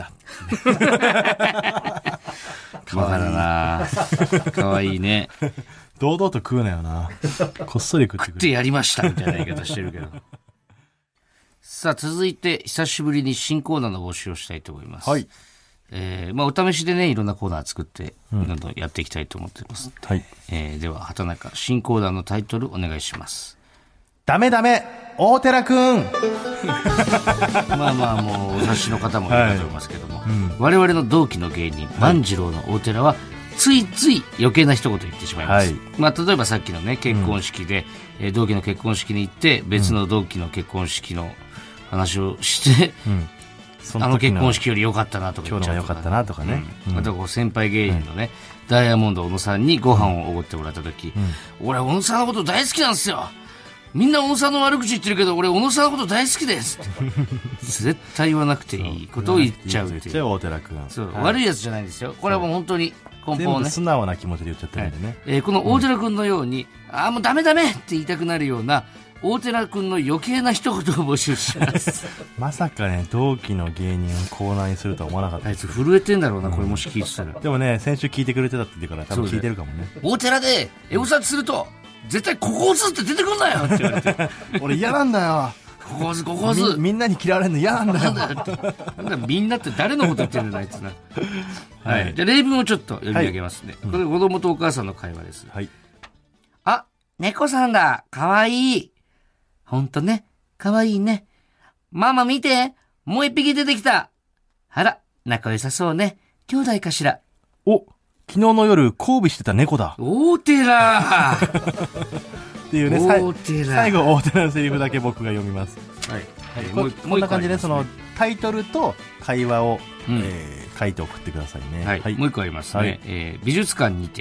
A: かわいいな。かわいいね。
B: 堂々と食うなよな。こっそり食ってくる。
A: 食ってやりましたみたいな言い方してるけど。さあ続いて久しぶりに新コーナーの募集をしたいと思います。
B: はい。
A: えー、まあお試しでねいろんなコーナー作ってどんどんやっていきたいと思っています。
B: はい。
A: えー、では畑中新コーナーのタイトルお願いします。
B: ダメダメ大寺くん。
A: まあまあもうお察しの方もいると思いますけども、はい、うん、我々の同期の芸人万次郎の大寺はついつい余計な一言言ってしまいます。はい、まあ例えばさっきのね結婚式で、うん、えー、同期の結婚式に行って別の同期の結婚式の話をして、うん、そのあの結婚式より良かったなとか言っちゃうとか、ね、
B: 今日のが良かったなとかね、
A: うん、またこう先輩芸人のね、うん、ダイヤモンド小野さんにご飯をおごってもらった時、うん、俺小野さんのこと大好きなんですよ、みんな小野さんの悪口言ってるけど俺小野さんのこと大好きです絶対言わなくていいことを言っちゃうっていう。
B: 大寺君、
A: そう、はい、悪いやつじゃないんですよ。これはもう本当に根本ね、
B: 全部素直な気持ちで言っちゃってるんでね、はい、
A: えー、この大寺君のように、うん、ああもうダメダメって言いたくなるような大寺君の余計な一言を募集します
B: まさかね同期の芸人をコーナーにするとは思わなかった。
A: あいつ震えてんだろうな、うん、これもし聞いてたら。
B: でもね先週聞いてくれてたって言うから多分聞いてるかもね。
A: 大寺でエゴサすると絶対ここをずって出てくんなよって言われて
B: 俺嫌なんだよ
A: ここをずここをず み,
B: みんなに嫌われるの嫌なんだよ
A: なんだみんなって誰のこと言ってるんだあいつなはい、はい、じゃあ例文をちょっと読み上げますね、はい、これ子供とお母さんの会話です、
B: はい、
A: あ、猫さんだ、かわいい。ほんとね、かわいいね。ママ見て、もう一匹出てきた。あら、仲良さそうね。兄弟かしら。
B: お、昨日の夜交尾してた猫だ。
A: 大寺
B: っていうね、
A: 大寺
B: 最後大寺のセリフだけ僕が読みます。
A: はい。
B: はい、こ, こ, こんな感じで、ね、そのタイトルと会話を、うん、えー、書いて送ってくださいね。
A: はい。はい、もう一個ありますね。はい、えー、美術館にて。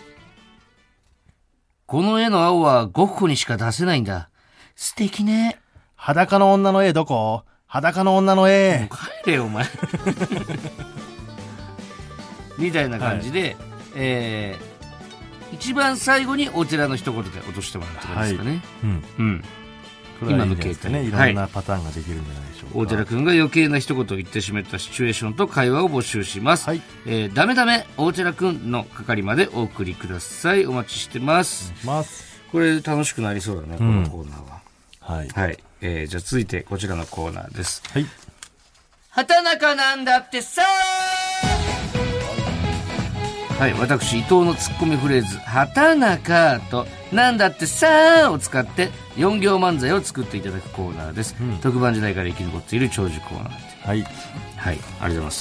A: この絵の青はゴッホにしか出せないんだ。素敵ね。
B: 裸の女の絵どこ？裸の女の絵。
A: もう帰れよお前。みたいな感じで、はい、えー、一番最後にお寺の一言で落としてもらうってことですかね。はい、うん。うん。
B: 今の形態ね、いろんなパターンができるんじゃないでしょうか。
A: 大寺君が余計な一言を言ってしまったシチュエーションと会話を募集します。はい、えー、ダメダメ大寺君の係までお送りください。お待ちしてます。
B: お願いします。こ
A: れ楽しくなりそうだね、このコーナーは。
B: うん、はい。
A: はい。えー、じゃあ続いてこちらのコーナーです。
B: はい。
A: 畑中なんだってさはい、私伊藤のツッコミフレーズ畑中となんだってさを使ってよん行漫才を作っていただくコーナーです、うん、特番時代から生き残っている長寿コーナーで、
B: はい
A: はい、ありがとうございます。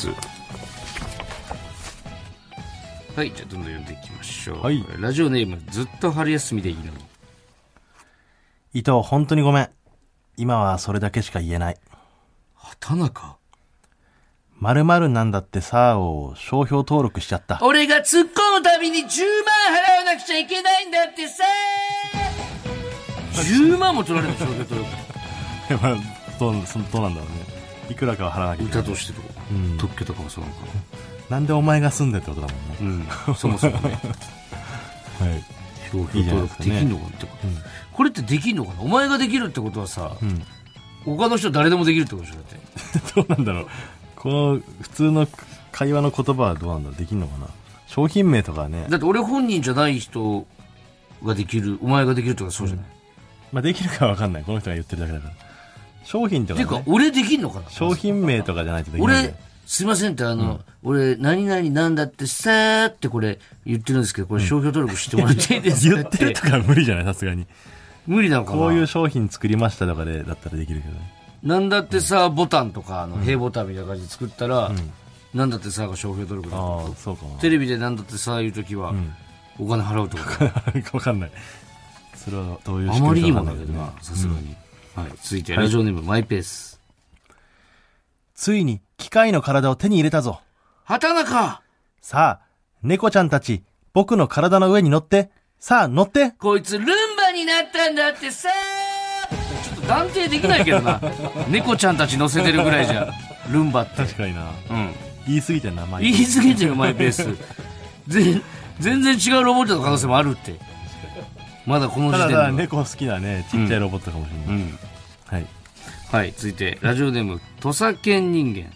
A: はい、じゃあどんどん読んでいきましょう、はい、ラジオネームずっと春休みでいいのに。
B: 伊藤本当にごめん、今はそれだけしか言えない。
A: 畑中
B: 〇〇なんだってさを商標登録しちゃった。
A: 俺が突っ込むたびにじゅうまん払わなくちゃいけないんだってさじゅうまんも取られるの商標登録
B: まあどう、どうなんだろうね、いくらかは払わなきゃいけない。
A: 歌としてとか、うん、特許とかもそうなのかな。
B: なんでお前が住んでってことだもんね、
A: うん、そもそもねはい商標登録できんのかってこと、うん、これってできんのかな。お前ができるってことはさ、うん、他の人誰でもできるってことでしょ。だって
B: どうなんだろう、この普通の会話の言葉はどうなんだろう、できんのかな。商品名とかね。
A: だって俺本人じゃない人ができる、お前ができるとかそうじゃない、うん、
B: まあできるかわかんない、この人が言ってるだけだから。商品とかね。
A: ていうか俺できんのかな。
B: 商品名とかじゃないとできない。
A: 俺すいませんってあの、うん、俺何々なんだってさーってこれ言ってるんですけど、これ商標登録してもらっていいですかって
B: 言ってるとか無理じゃない、さすがに。
A: 無理なのかな。
B: こういう商品作りましたとかでだったらできるけどね。
A: なんだってさ、ボタンとか、あの、平ボタンみたいな感じで作ったら、うん、なんだってさが商標登録だと。
B: ああ、そうかな。
A: テレビでなんだってさ言うときは、うん、お金払うってこと
B: わかんない。それはどういう
A: 仕組みかわかんない。あまりいいもんだけどな、さすがに。はい。続いて、ラジオネーム、はい、マイペース。
B: ついに、機械の体を手に入れたぞ。
A: 畑中
B: さあ、猫ちゃんたち、 僕の体の上に乗って。さあ、乗って。
A: こいつルンバになったんだってさ。ちょっと断定できないけどな。猫ちゃんたち乗せてるぐらいじゃん。ルンバって。
B: 確かにな。
A: うん。
B: 言い過ぎてんな、
A: マイペース。言い過ぎてる、マイペース。全全然違うロボットの可能性もあるって。まだこの時点で。
B: ただ猫好きなね、ちっちゃいロボットかもしれない。うんうん、はい。
A: はい、続いて、ラジオネーム、土佐犬人間。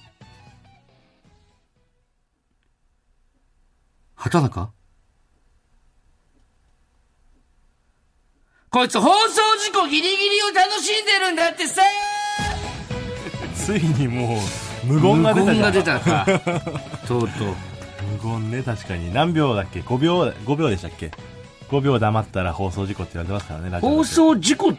A: 畑中？こいつ放送事故ギリギリを楽しんでるんだってさ。
B: ついにもう無言が出たじゃん。無言
A: が出たか。とうとう。
B: 無言ね、確かに。何秒だっけ？ ご 秒、ごびょうでしたっけ？ ご 秒黙ったら放送事故って言われてますからね、ラジオ。
A: 放送事故って、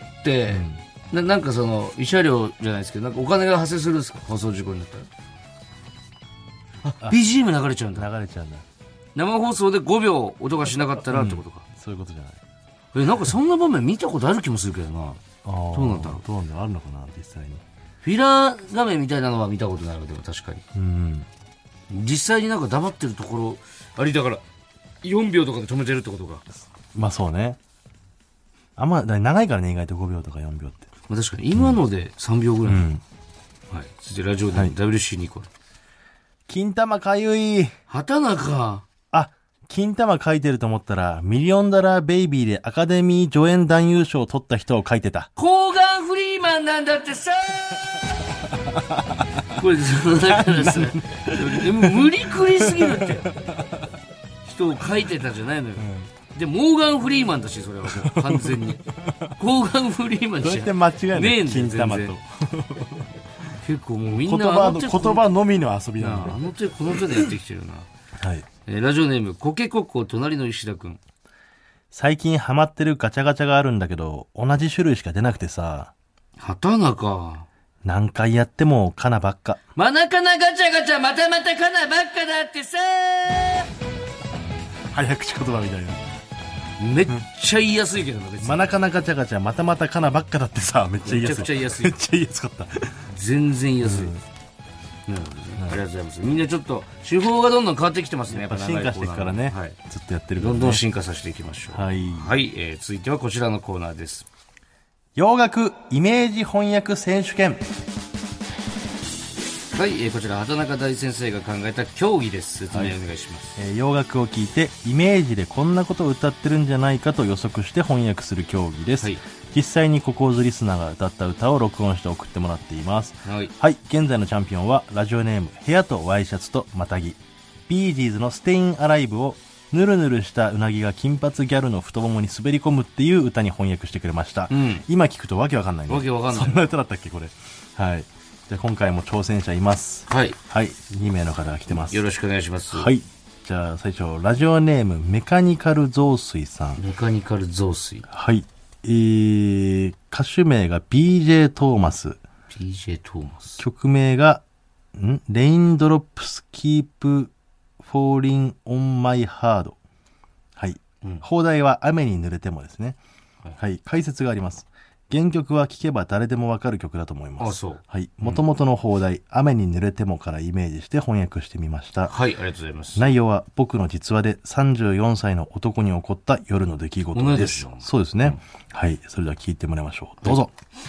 A: うん、な, なんかその、慰謝料じゃないですけど、なんかお金が発生するんですか？放送事故になったら。あ、ビージーエム 流れちゃうんだ。
B: 流れちゃうんだ。
A: 生放送でごびょう音がしなかったらってことか。
B: うん、そういうことじゃない。
A: え、なんかそんな場面見たことある気もするけどな。どうなんだろう。
B: どうなんだろう、あるのかな、実際に。
A: フィラー画面みたいなのは見たことないわけでも確かに。うん。実際になんか黙ってるところ、ありだから、よんびょうとかで止めてるってことか。
B: まあそうね。あんま、長いからね、意外とごびょうとかよんびょうって。
A: まあ確かに、今のでさんびょうぐらい。うん。はい。そしてラジオで ダブリューシー ニコル。
B: 金玉かゆい。
A: 畑中。
B: あ、金玉書いてると思ったら、ミリオンダラーベイビーでアカデミー助演男優賞を取った人を書いてた。
A: コーガン・フリーマンなんだってさこれ、そのだからさ、無理くりすぎるって。人を書いてたじゃないのよ。うん、で、モーガン・フリーマンだし、それはもう完全に。コーガン・フリーマンじゃ
B: どうやって間違えない
A: ねえんだよ、
B: 金玉と。
A: 結構もうみんな
B: 言葉の、言葉のみの遊びなんだ。
A: あの手この手でやってきてるな。
B: はい。
A: えー、ラジオネーム、コケコッコ隣の石田くん。
B: 最近ハマってるガチャガチャがあるんだけど、同じ種類しか出なくてさ。
A: 畑中。
B: 何回やってもカナばっか。
A: マナカナガチャガチャまたまたカナばっかだってさ。
B: 早口言葉みたいな。
A: めっちゃ言いやすいけどな、別に。
B: マナカナガチャガチャまたまたカナばっかだってさ、めっちゃ言いやすい。
A: めちゃくちゃ言いやすい。
B: めっちゃ言いやすかった。
A: 全然言いやすい。うんなるほどね、ありがとうございます。みんなちょっと手法がどんどん変わってきてますね。
B: やっぱ進化していくからね、はい、ずっとやってるから、ね、
A: どんどん進化させていきましょう。
B: はい、
A: はい、えー、続いてはこちらのコーナーです。
B: 洋楽イメージ翻訳選手権。
A: はい、えー、こちら畑中大先生が考えた競技です。説明お願いします。
B: はい、えー、洋楽を聞いてイメージでこんなことを歌ってるんじゃないかと予測して翻訳する競技です。はい、実際にココーズリスナーが歌った歌を録音して送ってもらっています。はい、はい、現在のチャンピオンはラジオネーム部屋とワイシャツとまたぎ。ビージーズのステインアライブをぬるぬるしたうなぎが金髪ギャルの太ももに滑り込むっていう歌に翻訳してくれました。うん、今聞くとわけわかんないね。
A: わけわかんない。
B: そんな歌だったっけこれ。はい。じゃあ今回も挑戦者います。
A: はい。
B: はい。にめいの方が来てます。
A: よろしくお願いします。
B: はい。じゃあ最初、ラジオネームメカニカル増水さん。
A: メカニカル増水。
B: はい。えー、歌手名が ビージェー トーマス。
A: ビージェー トーマス。
B: 曲名が、んレインドロップスキープフォーリンオンマイハード。はい。うん、放題は雨に濡れてもですね。はい。はい、解説があります。原曲は聴けば誰でもわかる曲だと思います。
A: あ、そう。
B: はい。元々の放題、うん、雨に濡れてもからイメージして翻訳してみました。
A: はい、ありがとうございます。
B: 内容は僕の実話でさんじゅうよんさいの男に起こった夜の出来事です。そうですね、うん。はい。それでは聴いてもらいましょう。どうぞ。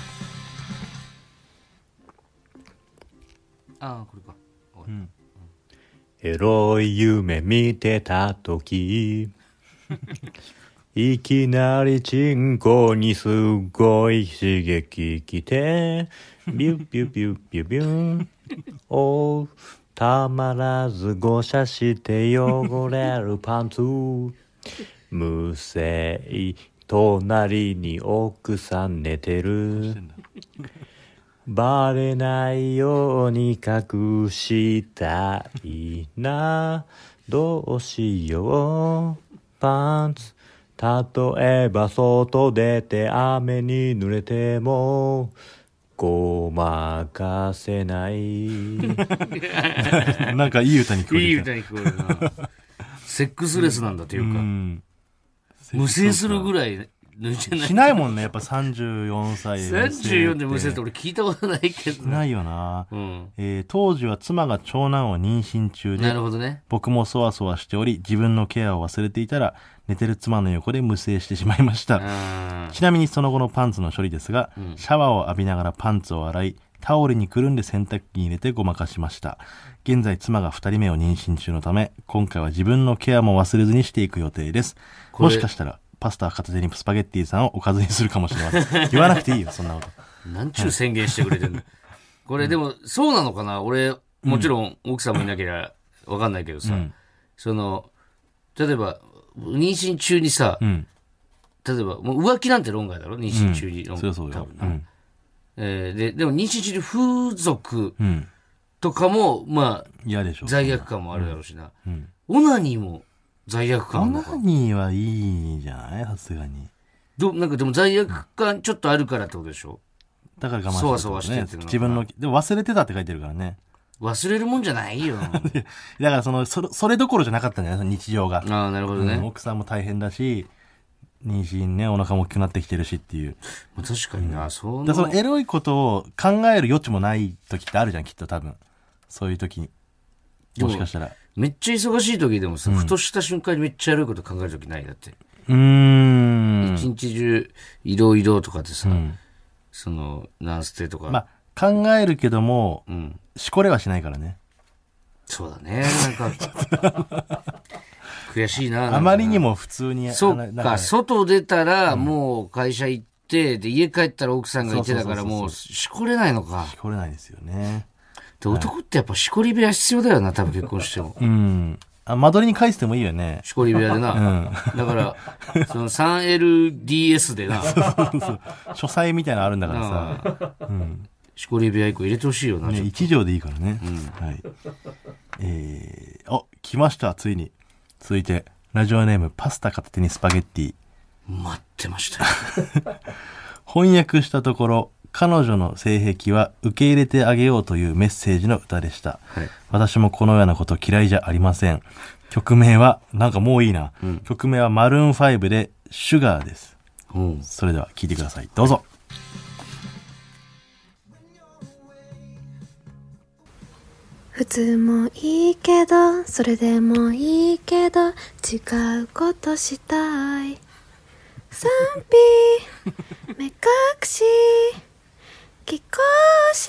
A: ああ、これか。うん。
C: エロい夢見てた時いきなりチンコにすごい刺激きてビュッビュッビュッビュッビュンおうたまらずごしゃして汚れるパンツ無声隣に奥さん寝てるバレないように隠したいなどうしようパンツ例えば外出て雨に濡れてもごまかせない
B: なんかいい歌に聞こえる。
A: いい歌に聞こえるなセックスレスなんだというか、うん、無制するぐらい抜いてない。
B: しないもんね、やっぱさんじゅうよんさい
A: さんじゅうよんで無声って俺聞いたことないけど。
B: ないよな、
A: うん
B: えー当時は妻が長男を妊娠中で
A: なるほどね。
B: 僕もそわそわしており自分のケアを忘れていたら寝てる妻の横で無声してしまいました。
A: あ
B: ちなみにその後のパンツの処理ですが、シャワーを浴びながらパンツを洗いタオルにくるんで洗濯機に入れてごまかしました。現在妻がふたりめを妊娠中のため今回は自分のケアも忘れずにしていく予定です。もしかしたらパスタ片手にスパゲッティさんをおかずにするかもしれません。言わなくていいよそんなこと。
A: ーなんちゅう宣言してくれてんの。これでもそうなのかな。俺もちろん奥さんもいなければわかんないけどさ、
B: ん
A: その例えば妊娠中にさ、
B: うん
A: 例えばもう浮気なんて論外だろ、妊娠中に論外、
B: そうそうよ
A: 多分な
B: うん
A: えーででも妊娠中に風俗
B: うん
A: とかもまあ
B: 嫌でしょ
A: 罪悪感もあるだろうしな、
B: うん
A: オナニーも罪悪感あ
B: オ
A: るのか
B: ナニーはいいんじゃないさすがに。
A: どなんかでも罪悪感ちょっとあるからってことでしょ。
B: だから我慢して
A: そわそわしてっていうのかな
B: 自分のでも忘れてたって書いてるからね。
A: 忘れるもんじゃないよ。
B: だからそのそれそれどころじゃなかったんじゃない日常が、
A: ああなるほどね、
B: うん奥さんも大変だし妊娠ねお腹も大きくなってきてるしっていう。
A: まあ確かにな、そ
B: だから
A: の
B: そのエロいことを考える余地もない時ってあるじゃんきっと多分そういう時にもしかしたら
A: めっちゃ忙しい時でもさ、ふとした瞬間にめっちゃエロいこと考える時ないだって、
B: うーん
A: 一日中いろいろとかでさ、そのナンステとか、
B: まあ考えるけども、
A: うん
B: しこれはしないからね。
A: そうだねなんか悔しいななんかな
B: あまりにも普通に
A: そっ
B: なん
A: か、外出たらもう会社行って、で、家帰ったら奥さんがいてだからもうしこれないのか。
B: しこれないですよね。
A: で、男ってやっぱしこり部屋必要だよな、多分結婚しても。
B: うんあ間取りに返してもいいよね。
A: しこり部屋でな。だから、その スリーエルディーエス でな。
B: 書斎みたいなのあるんだからさ、
A: しこり部屋一個入れてほしいよな、
B: ね、
A: ちょっと
B: 一畳でいいからね。はい。えー、お、来ました、ついに。続いて、ラジオネーム、パスタ片手にスパゲッティ。
A: 待ってましたよ。
B: 翻訳したところ、彼女の性癖は受け入れてあげようというメッセージの歌でした。
A: はい
B: 私もこのようなこと嫌いじゃありません。曲名は、なんかもういいな。曲名はマルーンファイブで、シュガーです。
A: うん
B: それでは聴いてください。どうぞ。
D: 普通もいいけどそれでもいいけど違うことしたい賛否目隠しぎこし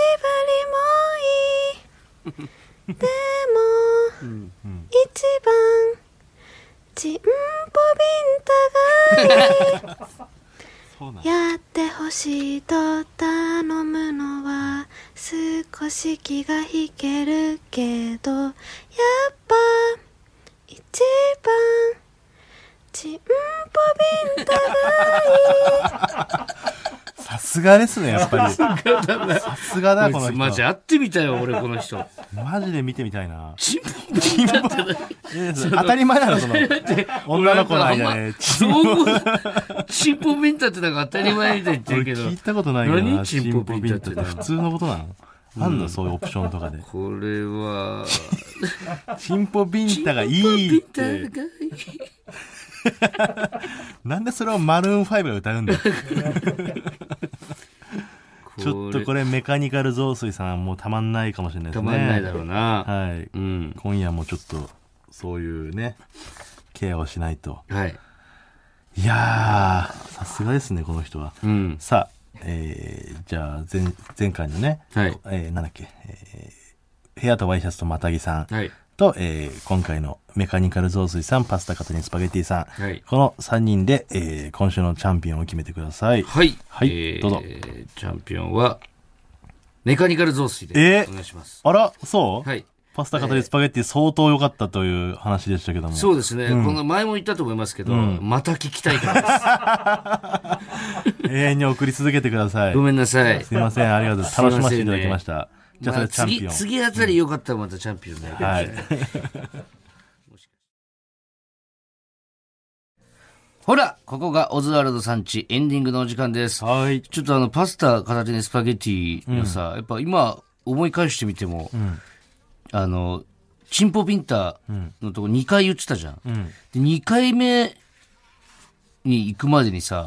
D: ばりもいいでも一番チンポビンタがいい
B: そうなん
D: やってほしいと頼むのは少し気が引けるけどやっぱ一番チンポビンタがいい
B: さすがですね、やっぱり。さすがだ、この人。
A: マジ会ってみたよ、俺この人。
B: マジで見てみたいな。
A: チンポビンタって何
B: えー当たり前なの、その、女の子の間で。
A: そうチンポビンタってなんか当たり前みたいに言ってるけど。
B: 聞いたことないけどな。
A: 何チンポビンタって
B: チンポビンタって普通のことなのあんのそういうオプションとかで。
A: これは、
B: チンポビンタがいいっ
A: チンポビンタがい
B: て。
A: い。
B: なんでそれをマルーンファイブが歌うんだよ。ちょっとこれメカニカル雑炊さんもうたまんないかもしれないですね。
A: たまんないだろうな。
B: はい。
A: うん。
B: 今夜もちょっと、そういうね、ケアをしないと。
A: はい。
B: いやー、さすがですね、この人は。
A: うん。
B: さあ、えー、じゃあ前、前回のね、
A: はい
B: えー、なんだっけ、えー、部屋とワイシャツとまたぎさん
A: はい。
B: と、えー、今回のメカニカル雑炊さん、パスタ片手にスパゲッティさん、
A: はい。
B: このさんにんで、えー、今週のチャンピオンを決めてください。
A: はい。
B: はい
A: えー
B: どうぞ
A: チャンピオンは、メカニカル雑炊で
B: えー
A: お願いします。
B: あら、そう、
A: はい。
B: パスタ片手にスパゲッティ相当良かったという話でしたけども。
A: そうですね。この前も言ったと思いますけど、また聞きたいからで
B: 永遠に送り続けてください。
A: す。ごめんなさい。
B: すいません、ありがとうございます。楽しませていただきました。じゃあ、そ
A: まあ
B: れチャンピオン。
A: 次、次あたりよかったらまたチャンピオンになるかもし
B: はい
A: れない。。ほら、ここがオズワルドさんちエンディングのお時間です。
B: はい。
A: ちょっとあの、パスタ片手にスパゲティのさ、やっぱ今思い返してみても、あの、チンポビンタのとこにかい言ってたじゃん。
B: うん。
A: でにかいめに行くまでにさ、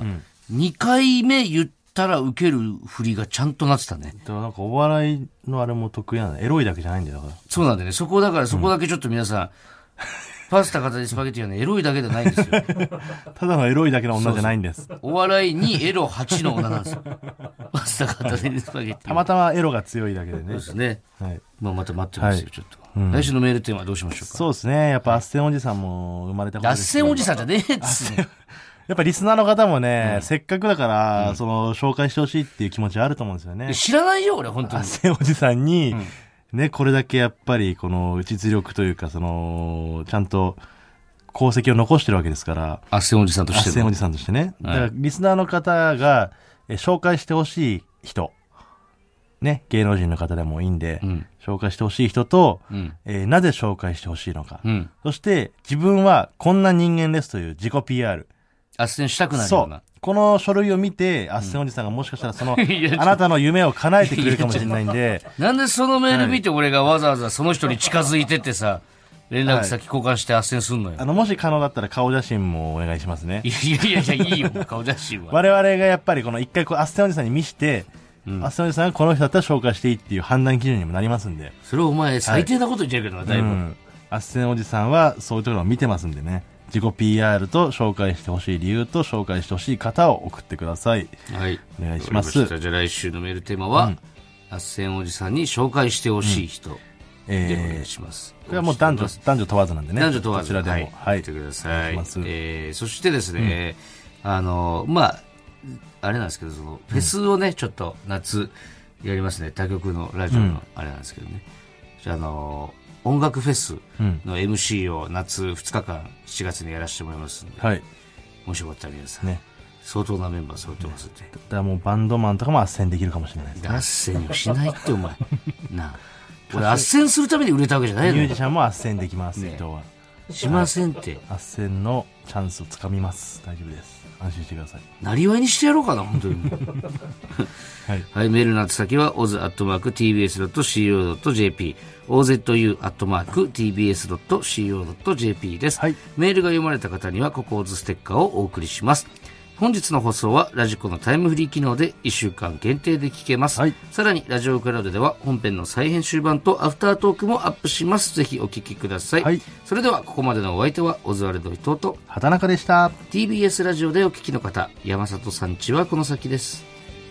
A: にかいめ言ったら受ける振りがちゃんとなってたね。
B: だからなんかお笑いのあれも得意なの。エロいだけじゃないんだよ。だから
A: そうなんだよね。そこだからそこだけちょっと皆さん、うん、パスタ片手にスパゲティはね、エロいだけじゃないんですよ。
B: ただのエロいだけの女じゃないんです。
A: そうそう、お笑いにエロはちの女なんですよ。パスタ片手にスパゲティ。
B: たまたまエロが強いだけでね。
A: そうですね。
B: はい。
A: まあまた待ってますよ、はい、ちょっと。うん、来週のメールテーマはどうしましょうか。
B: そうですね。やっぱ、あっせんおじさんも生まれたことです、
A: あっせんおじさんじゃねえっつ
B: やっぱリスナーの方もね、うん、せっかくだから、うん、その、紹介してほしいっていう気持ちはあると思うんですよね。
A: 知らないよ、俺、本当に。
B: あっせんおじさんに、うん、ね、これだけやっぱり、この、実力というか、その、ちゃんと、功績を残してるわけですから。
A: あっせんおじさんとして
B: あっせんおじさんとしてね。はい、だから、リスナーの方が、え紹介してほしい人。ね、芸能人の方でもいいんで、うん、紹介してほしい人と、うん、えー、なぜ紹介してほしいのか、うん、そして自分はこんな人間ですという自己 ピーアール。
A: 斡旋したくなるような。
B: そう。この書類を見て、あっせんおじさんがもしかしたらその、あなたの夢を叶えてくれるかもしれないんで。
A: なんでそのメール見て俺がわざわざその人に近づいてってさ、連絡先交換して斡旋すんのよ。
B: あの、もし可能だったら顔写真もお願いしますね。
A: いやいやいや、いいよ、顔写真は。
B: 我々がやっぱりこの一回こう、あっせんおじさんに見して、うん、あっせんおじさんがこの人だったら紹介していいっていう判断基準にもなりますんで。
A: それお前最低なこと言っちゃうけどな、はい、だいぶ、うん。
B: あっせんおじさんはそういうところを見てますんでね。自己 ピーアール と紹介してほしい理由と紹介してほしい方を送ってください。
A: はい。
B: お願いします。
A: じゃあ来週のメールテーマは、うん、あっせんおじさんに紹介してほしい人。うん、でお願いします。
B: これはもう男女、男女問わずなんでね。
A: 男女問わず。
B: こちらでも。はい。
A: はい、言ってください。えー、そしてですね、うん、あの、まあ、あれなんですけど、その、フェスをね、うん、ちょっと夏やりますね。他局のラジオのあれなんですけどね。うん、あの、音楽フェスの エムシー を夏ふつかかんしちがつにやらせてもらいますんで、はい、もしよかったら皆さん、ね、相当なメンバー揃ってますんで、
B: だからもうバンドマンとかも斡旋できるかもしれないです
A: ね。斡旋をしないってお前なあ、俺斡旋するために売れたわけじゃないの。
B: ミュージシャンも斡旋できます、ね、人は
A: しませんって。
B: 斡旋のチャンスをつかみます。大丈夫です。安心してください。
A: なりわいにしてやろうかな本当にはい、はい、メールの宛先は オズ アットマーク ティービーエス ドット シーオー ドット ジェーピー オーゼットユー アットマーク ティービーエス ドット シーオー ドット ジェーピー です、はい、メールが読まれた方にはココーズステッカーをお送りします。本日の放送はラジコのタイムフリー機能でいっしゅうかん限定で聞けます、はい、さらにラジオクラウドでは本編の再編集版とアフタートークもアップします。ぜひお聞きください、はい、それではここまでのお相手はオズワルド伊藤と
B: 畑中でした。
A: ティービーエス ラジオでお聞きの方、山里さんちはこの先です。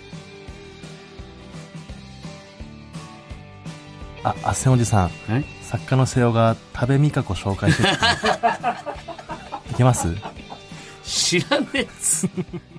B: あ、あっせんおじさん、作家の瀬尾が多部未華子紹介していけます？
A: 知らねえっつ